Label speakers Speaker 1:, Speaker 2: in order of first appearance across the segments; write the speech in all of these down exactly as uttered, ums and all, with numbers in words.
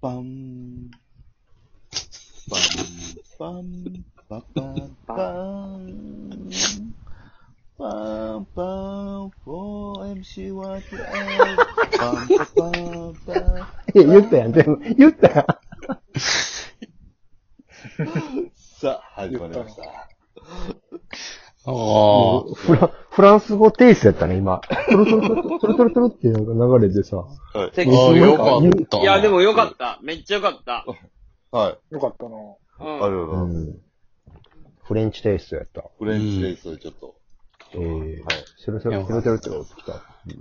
Speaker 1: バン、バン、バン、ババン、バン、バン、バン、フォーエムシーワンツーエル、バン、バン、バン。
Speaker 2: え、言ったやん、全部。言ったやん。
Speaker 1: さあ、始まりました。
Speaker 2: もうフラ、フランス語テイストやったね、今。トロトロトロトロトロトロってなんか流れてさ。
Speaker 1: はい。
Speaker 3: ああ、よかったな。
Speaker 4: いや、でもよかった。めっちゃよかった。
Speaker 1: はい。
Speaker 5: よかったな。
Speaker 4: うん。
Speaker 1: ありがとうございます。
Speaker 2: うん。フレンチテイストやった。
Speaker 1: フレンチテイストでちょっと。
Speaker 2: ええー。
Speaker 1: はい。
Speaker 2: スルスルスルスルって落ちた。
Speaker 3: い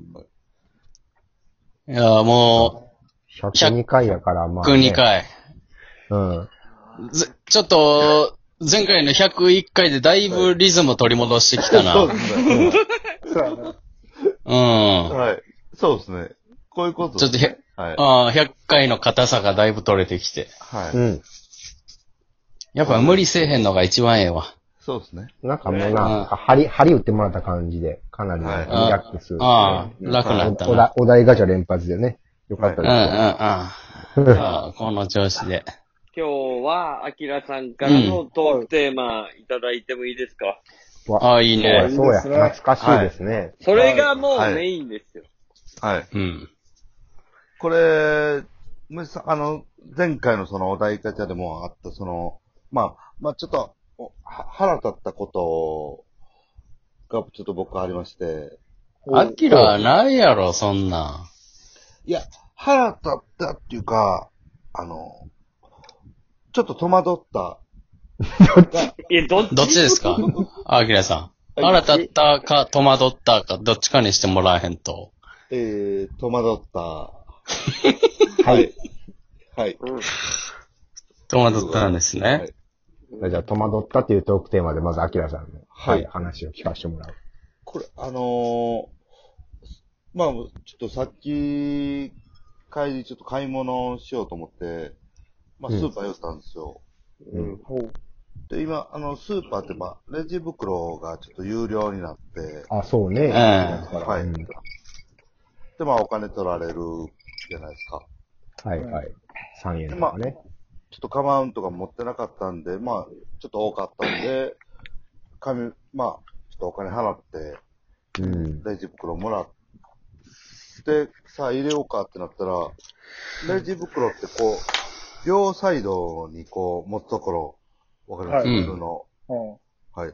Speaker 3: や、も
Speaker 2: ひゃくにかいやから、ま
Speaker 3: う、
Speaker 2: あ、ね。
Speaker 3: ひゃくにかい。
Speaker 2: うん。
Speaker 3: ずちょっと、前回のひゃくいっかいでだいぶリズム取り戻してきたな。
Speaker 1: そうですね。
Speaker 5: そうやね。
Speaker 3: うん。
Speaker 1: はい。そうですね。こういうこと
Speaker 3: ちょっとひゃ、
Speaker 1: はい。
Speaker 3: ああ、ひゃっかいの硬さがだいぶ取れてきて。
Speaker 1: はい。
Speaker 2: うん。
Speaker 3: やっぱ無理せえへんのが一番ええわ。
Speaker 1: そうですね。
Speaker 2: なんかもうな、針、針打ってもらった感じで、かなりリ
Speaker 1: はい
Speaker 2: ラックス。
Speaker 3: ああ、楽なった
Speaker 2: お
Speaker 3: な。
Speaker 2: 題お題ガチャ連発でね。よかった
Speaker 3: うんうんうん。
Speaker 2: です
Speaker 3: ああ、この調子で。
Speaker 4: 今日は、アキラさんからのトークテーマいただいてもいいですか？
Speaker 2: よ。
Speaker 3: ああ、いいね。
Speaker 2: そうや、そうや、懐かしいですね。
Speaker 4: それがもうメインですよ。
Speaker 1: はい。
Speaker 3: うん。
Speaker 1: これ、むさあの、前回のそのお題ガチャでもあった、その、まあ、まあちょっと、おは腹立ったことがちょっと僕ありまして、
Speaker 3: アキラはないやろ、そんなん。
Speaker 1: いや、腹立ったっていうか、あの、ちょっと戸惑った。
Speaker 4: いや、どっち
Speaker 3: どっちですかアキラさん。腹立ったか、戸惑ったか、どっちかにしてもらえへんと。
Speaker 1: えー、戸惑った。
Speaker 2: は。
Speaker 1: はいい。はい。
Speaker 3: 戸惑ったんです
Speaker 1: は
Speaker 3: ね。
Speaker 1: い。
Speaker 2: じゃあ、戸惑ったっていうトークテーマで、まず、アキラさんの、
Speaker 1: は
Speaker 2: はいい、話を聞かせてもらう。
Speaker 1: これ、あのー、まあ、ちょっとさっき、帰りちょっと買い物しようと思って、まあ、スーパー寄ったんですよ。
Speaker 2: うん。
Speaker 1: で、今、あの、スーパーって、まあ、レジ袋がちょっと有料になって、
Speaker 2: あ、そうね。
Speaker 3: うん
Speaker 1: はい。
Speaker 2: うん
Speaker 1: で、まあ、お金取られるじゃないですか。
Speaker 2: はいはい。さんえんとかね。
Speaker 1: ちょっとカバンとか持ってなかったんで、まあ、ちょっと多かったんで、紙、まあ、ちょっとお金払って、
Speaker 2: うん。
Speaker 1: レジ袋もらって、さあ入れようかってなったら、レジ袋ってこう、両サイドにこう持つところ、わかります
Speaker 3: はい
Speaker 1: 普通の。
Speaker 5: うん。
Speaker 1: はい。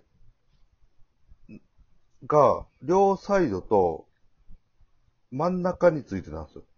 Speaker 1: が、両サイドと真ん中についてたんですよ。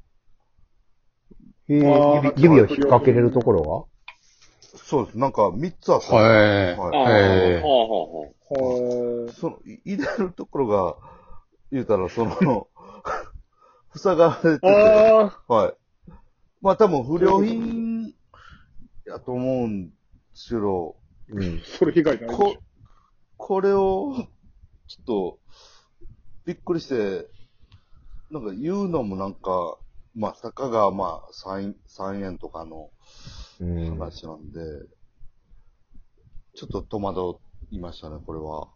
Speaker 2: えー
Speaker 5: あー
Speaker 2: 指指を引っ掛けれるところ
Speaker 1: そうです。なんか三つあったんですよ。
Speaker 3: へえ。
Speaker 1: はい
Speaker 4: ああ、
Speaker 3: へえ
Speaker 4: ほうほうほう。
Speaker 5: ほー。
Speaker 1: その、い入れるところが、言うたら、その、塞がれてて、
Speaker 5: あ
Speaker 1: はい。まあ多分不良品やと思うんですけど、
Speaker 2: うん。
Speaker 5: ー、それ以外ないでしょ。
Speaker 1: こ、これを、ちょっと、びっくりして、なんか言うのもなんか、まあ、たかがまあ、三、三円とかの
Speaker 2: うん。
Speaker 1: 話なんで、ちょっと戸惑いましたね、これは。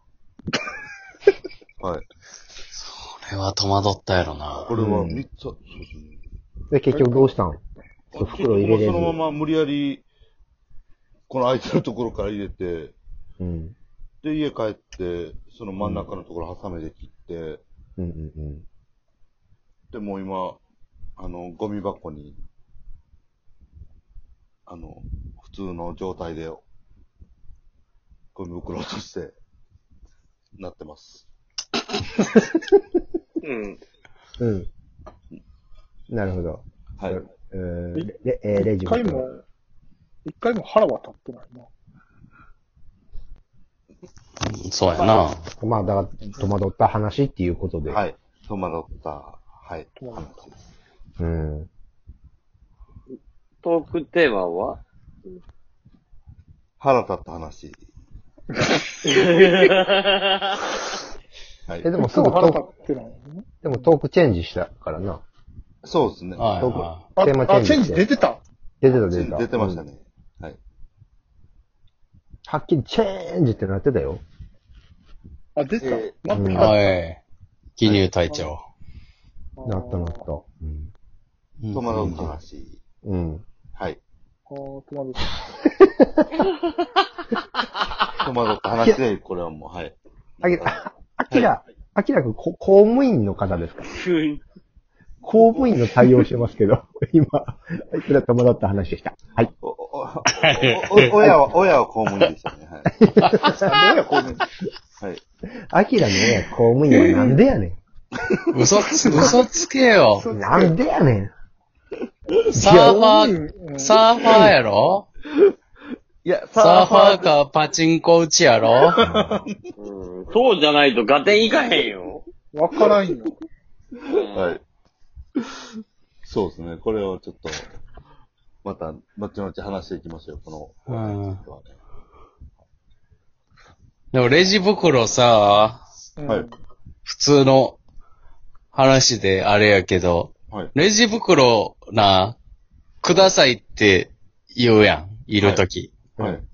Speaker 1: はい。
Speaker 3: これは戸惑ったやろな。
Speaker 1: これは
Speaker 2: うん
Speaker 1: 三つ、そうですね。
Speaker 2: で、結局どうしたんそう袋入れれず
Speaker 1: そのまま無理やり、この空いてるところから入れて、
Speaker 2: うん。
Speaker 1: で、家帰って、その真ん中のところハサミで切って、
Speaker 2: うんうんうん。
Speaker 1: で、もう今、あの、ゴミ箱に、あの、普通の状態で、ゴミ袋として、なってます。
Speaker 4: うん。
Speaker 2: うん。なるほど。
Speaker 1: はい。
Speaker 2: えー、レ、えーレジ
Speaker 5: 一回も、一回も腹は立ってないな。
Speaker 3: うんそうやな。
Speaker 2: まあ、だから、戸惑った話っていうことで。。
Speaker 1: はいい。戸惑った、はい。
Speaker 5: 戸惑った
Speaker 2: うん。
Speaker 4: トークテーマは
Speaker 1: 腹立った話。はい
Speaker 2: え、。でもす
Speaker 5: そう腹
Speaker 2: ぐトーク、
Speaker 5: 立ってないの。
Speaker 2: でもトークチェンジしたからな。
Speaker 1: そうですね。
Speaker 3: はい
Speaker 2: トーク
Speaker 3: は
Speaker 5: あ、
Speaker 2: テーマチェン
Speaker 5: あ、チェン
Speaker 2: ジして
Speaker 5: ジ出てた。
Speaker 2: 出てた出てた。
Speaker 1: 出てました
Speaker 2: うん
Speaker 1: ね。はい。
Speaker 2: はっきりチェンジってなってたよ。
Speaker 5: あ、出てた。
Speaker 1: え
Speaker 5: なって
Speaker 3: い。
Speaker 5: た。
Speaker 3: はい。記入隊長。
Speaker 2: なったなった。うん。
Speaker 3: うん
Speaker 1: 戸惑った話。
Speaker 2: うん。
Speaker 5: 戸惑っ
Speaker 1: 戸惑った話で、これはもう、はい。
Speaker 2: あきら、あきら、あきらくん、こ公務員の方ですか？
Speaker 4: うん
Speaker 2: 公務員の対応してますけど、今、あきら戸惑った話でした。はい。
Speaker 1: お、お、お、お親は、親は公務員でしたね。はい。
Speaker 5: た。なんや、こうね。
Speaker 1: はい。
Speaker 2: あきらの親公務員はなんでやね
Speaker 3: 嘘つ、嘘つけよ。
Speaker 2: ん。なんでやねん。
Speaker 3: サーファー、
Speaker 5: うん
Speaker 3: サーファーやろ？
Speaker 1: いや、
Speaker 3: サーファーかパチンコ打ちやろ？
Speaker 4: うんそうじゃないと合点いかへんよ。
Speaker 5: わからんよ。
Speaker 1: はい。そうですね。これをちょっと、また、後々話していきましょう、この。
Speaker 3: うんでもレジ袋さ、
Speaker 5: うん
Speaker 1: はい
Speaker 3: 普通の話であれやけど、
Speaker 1: はい。
Speaker 3: レジ袋な、くださいって言うやん、いるとき。
Speaker 1: はい。
Speaker 5: うん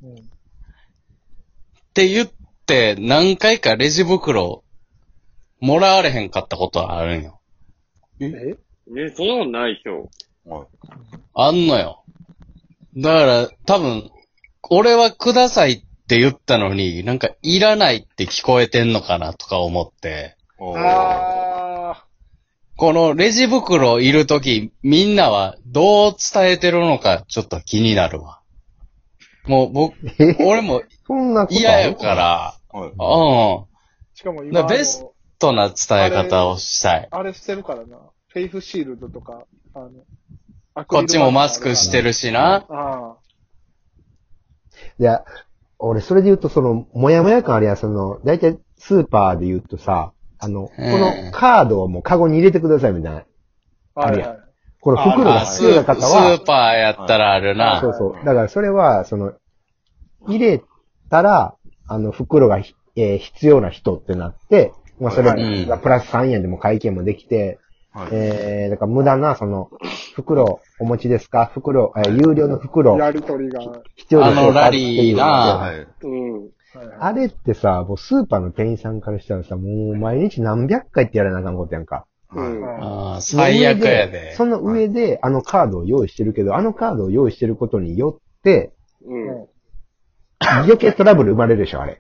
Speaker 3: って言って何回かレジ袋もらわれへんかったことはあるんよ。
Speaker 5: え
Speaker 4: ね、そんなことないでしょ。
Speaker 1: はい。
Speaker 3: あんのよ。だから多分、俺はくださいって言ったのに、なんかいらないって聞こえてんのかなとか思って、
Speaker 1: おー
Speaker 5: あ
Speaker 3: このレジ袋いるときみんなはどう伝えてるのかちょっと気になるわ。もう僕、
Speaker 2: え
Speaker 3: 俺も
Speaker 2: そんなことある
Speaker 3: 嫌やから、
Speaker 1: はい。
Speaker 3: うん。
Speaker 5: ーしかも今、
Speaker 3: だからベスどんな伝え方をしたい。
Speaker 5: あれしてるからな。フェイスシールドとか、あの、アク
Speaker 3: こっち
Speaker 5: リル板
Speaker 3: もマスクしてるしな。
Speaker 5: あ
Speaker 2: いや、俺、それで言うと、その、もやもや感あるやん、その、だいたいスーパーで言うとさ、あの、このカードをもうカゴに入れてくださいみたいな。
Speaker 5: あ。
Speaker 2: あるやん
Speaker 5: はいはい。
Speaker 2: これ袋が
Speaker 3: あス
Speaker 2: 必要な
Speaker 3: ース
Speaker 2: 方は
Speaker 3: ー、パーやったらあるな。
Speaker 2: そうそう。だからそれは、その、入れたら、あの、袋がひ、えー必要な人ってなって、まあそれ
Speaker 3: うん
Speaker 2: がプラスさんえんでも会計もできて、
Speaker 1: はい。
Speaker 2: えー、だから無駄な、その、袋お持ちですか袋、えー有料の袋
Speaker 5: やりとりが。
Speaker 2: 必要でしょうか
Speaker 3: あのラ
Speaker 2: っていう
Speaker 3: リーな
Speaker 1: はい。
Speaker 4: うん。
Speaker 5: はいはい
Speaker 2: あれってさ、もうスーパーの店員さんからしたらさ、もう毎日何百回ってやらなあかんことやんか。
Speaker 4: うん。
Speaker 3: ああ、最悪やで。
Speaker 2: その上で、あのカードを用意してるけど、あのカードを用意してることによって、
Speaker 4: うん。
Speaker 2: 余計トラブル生まれるでしょ、あれ。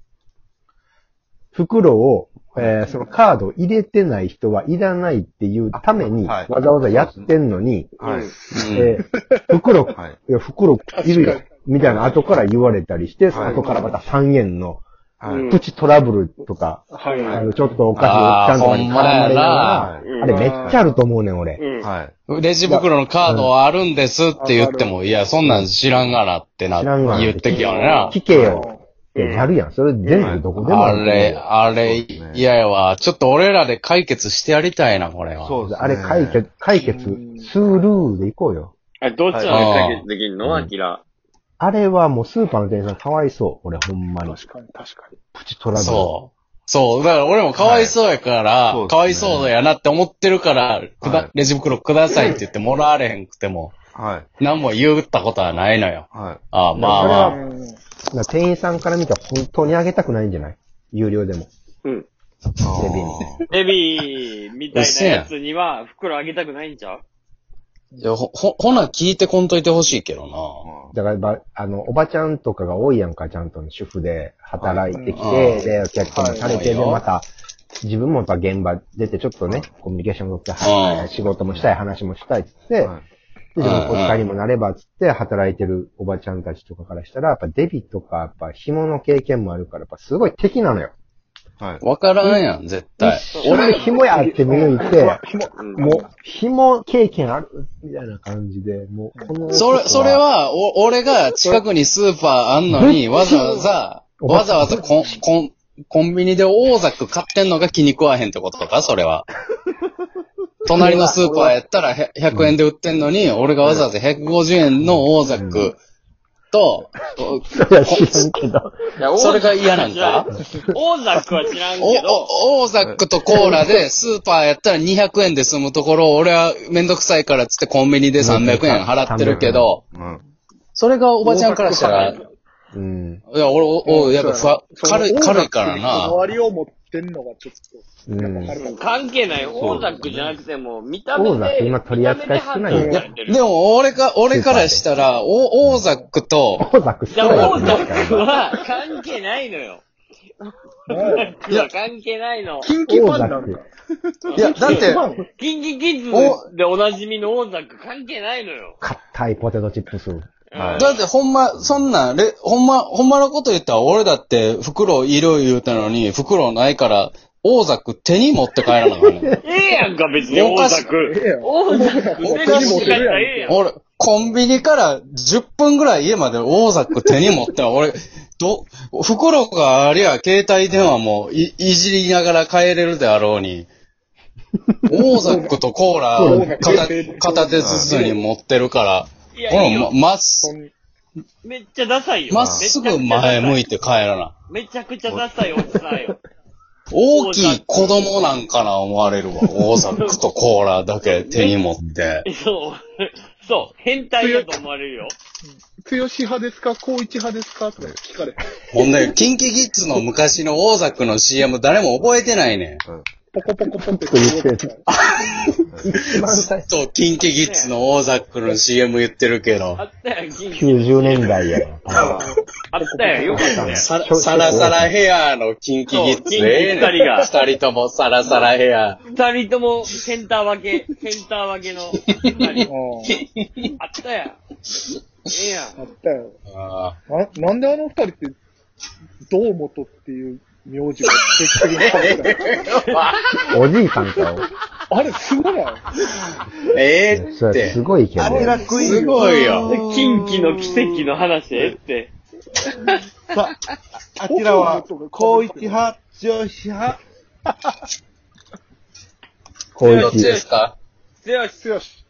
Speaker 2: 袋を、えーそのカードを入れてない人はいらないっていうために、
Speaker 1: はい
Speaker 2: わざわざやってんのに、
Speaker 1: はい。
Speaker 3: うん
Speaker 2: えー袋、
Speaker 1: はい。
Speaker 2: いや、袋いるよ、みたいな後から言われたりして、
Speaker 1: はい
Speaker 2: 後からまたさんえんの
Speaker 1: はい。
Speaker 4: うん
Speaker 2: プチトラブルとか、
Speaker 5: はいはい。
Speaker 2: あの、ちょっとお菓子をおっちゃんとかに絡まれながら、
Speaker 1: はい
Speaker 4: うん
Speaker 2: あれめっちゃあると思うねん、俺。
Speaker 4: うん。
Speaker 1: はい。
Speaker 3: レジ袋のカードあるんですって言っても、いや、そんなん知らんがなってな、
Speaker 2: 知らんがな
Speaker 3: 言ってきよな。
Speaker 2: 聞けよってなるやん。それ全部どこでもると思う
Speaker 3: あれ、あ
Speaker 1: そう
Speaker 3: れ
Speaker 1: ですね、
Speaker 3: 嫌やわ。ちょっと俺らで解決してやりたいな、これは。
Speaker 1: そうですね。
Speaker 2: あれ解決、解決するでいこうよ。
Speaker 4: あ、どっちなの解決できんの
Speaker 2: はい
Speaker 4: アキラ。
Speaker 2: あれはもうスーパーの店員さんかわいそう。俺ほんまに。
Speaker 5: 確かに確かに。
Speaker 2: プチトラブル。
Speaker 3: そう。そう。だから俺もかわいそうやから、
Speaker 1: はいそうですね
Speaker 3: かわいそうやなって思ってるから、くだ
Speaker 1: はい
Speaker 3: レジ袋くださいって言ってもらわれへんくても、
Speaker 1: はい。
Speaker 3: 何も言ったことはないのよ。
Speaker 1: はい。
Speaker 3: ああまあ
Speaker 2: それは
Speaker 3: まあ。
Speaker 5: うん
Speaker 2: だから店員さんから見たら本当にあげたくないんじゃない有料でも。
Speaker 4: うん。
Speaker 1: あー
Speaker 2: レビン
Speaker 4: ヘビーみたいなやつには袋あげたくないんちゃう
Speaker 3: いやほ、ほ、ほな聞いてこんといてほしいけどな。
Speaker 2: だからば、あの、おばちゃんとかが多いやんか、ちゃんと主婦で働いてきて、
Speaker 3: はい
Speaker 2: で、お客さんもされて、
Speaker 3: はい
Speaker 2: で、また、自分もやっぱ現場出てちょっとね、コミュニケーション取って、
Speaker 3: うん
Speaker 2: はい仕事もしたい、話もしたいっつって、
Speaker 1: はい。
Speaker 2: で自分の小遣いにもなればっつって働いてるおばちゃんたちとかからしたら、やっぱデビとか、やっぱ紐の経験もあるから、やっぱすごい敵なのよ。
Speaker 1: はい。
Speaker 3: わからんやん、絶対。
Speaker 2: 俺紐やって見抜いて、
Speaker 4: うん
Speaker 2: もう、紐経験あるみたいな感じで、もう、この。
Speaker 3: それ、それ、は、お、俺が近くにスーパーあんのに、わざわざ、わざわざコン、コン、コンビニで大ザック買ってんのが気に食わへんってことかそれは。隣のスーパーやったらひゃくえんで売ってんのに、俺がわざわざひゃくごじゅうえんの大ザックと、
Speaker 2: それは知らんけど。
Speaker 4: いや
Speaker 3: それが嫌なんか
Speaker 4: オーザックは知らん
Speaker 3: お
Speaker 4: けど、
Speaker 3: お、オーザックとコーラでスーパーやったらにひゃくえんで済むところ、俺はめんどくさいからっつってコンビニでさんびゃくえん払ってるけど、
Speaker 1: うん。
Speaker 3: それがおばちゃんからしたら、い
Speaker 2: うん。
Speaker 3: や、俺、お、おやっぱふわ、軽い、軽いから
Speaker 5: こだ
Speaker 3: な。
Speaker 5: わりを持ってんのがちょっと。
Speaker 2: うん。
Speaker 4: 関係ない。オーザックじゃなくても、見た目で。
Speaker 2: オーザック今取り扱い少ないよ
Speaker 3: いや、でも俺か、俺からしたら、お、オーザックと、
Speaker 2: オーザック
Speaker 4: じゃあ、オーザックは関係ないのよ。オーザックは関係ないの。
Speaker 5: キンキファンなんだ。
Speaker 3: いや、だって、
Speaker 4: キンキキッズでおなじみのオーザック関係ないのよ。
Speaker 2: 硬いポテトチップス。
Speaker 1: はい
Speaker 3: だってほんま、そんな、れ、ほんま、ほんまのこと言ったら俺だって袋いる言うたのに、袋ないから、オーザック手に持って帰らなあかんねん。
Speaker 4: ええやんか、別にオーザック。
Speaker 5: ええやん。
Speaker 4: オーザック手に持って帰ったらええやん。
Speaker 3: 俺、コンビニからじゅっぷんぐらい家までオーザック手に持って、俺、ど、袋がありゃ携帯電話もい、いじりながら帰れるであろうに、オーザックとコーラ片片手ずつに持ってるから、
Speaker 4: いや、
Speaker 3: この
Speaker 4: いいよ
Speaker 3: ま、まっす、
Speaker 4: めっちゃダサいよ。
Speaker 3: まっすぐ前向いて帰らな。
Speaker 4: めちゃくちゃダサいおじさんよ。
Speaker 3: 大きい子供なんかな思われるわ。オーザックとコーラだけ手に持って。
Speaker 4: そう。そう。変態だと思われるよ。
Speaker 5: 強し派ですか高一派ですかとか聞かれ。
Speaker 3: ほんで、キンキキッズの昔のオーザックの シーエム 誰も覚えてないねん。
Speaker 5: ポコポコポンって
Speaker 2: 言ってる。一番最初。
Speaker 3: そう、キンキキッズのオーザックの シーエム 言ってるけど
Speaker 4: あ。ったよ、キンキ。
Speaker 2: きゅうじゅうねんだいやろ。
Speaker 4: あったよ、よかったよ。
Speaker 3: サラサラサラヘアのキンキキッズ
Speaker 4: そうキンキ二人が
Speaker 3: 二人ともサラサラヘア。
Speaker 4: 二人ともセンター分け、センター分けの二人。
Speaker 5: うん。
Speaker 4: あったやん。ええやん。
Speaker 5: あったよ。
Speaker 3: あ
Speaker 5: な、なんであの二人って、堂本っていう名字が定期的に書くの
Speaker 2: おじいさんか。
Speaker 5: あれ、すごない
Speaker 3: ええって。
Speaker 2: それすごいけど。
Speaker 1: あちらクイズ。
Speaker 3: すごいよ。
Speaker 4: 近畿の奇跡の話えって。
Speaker 1: さあ、あちらは、高一派、女子派。
Speaker 2: こういう
Speaker 3: どっちですか？
Speaker 4: 強し。
Speaker 5: 強し。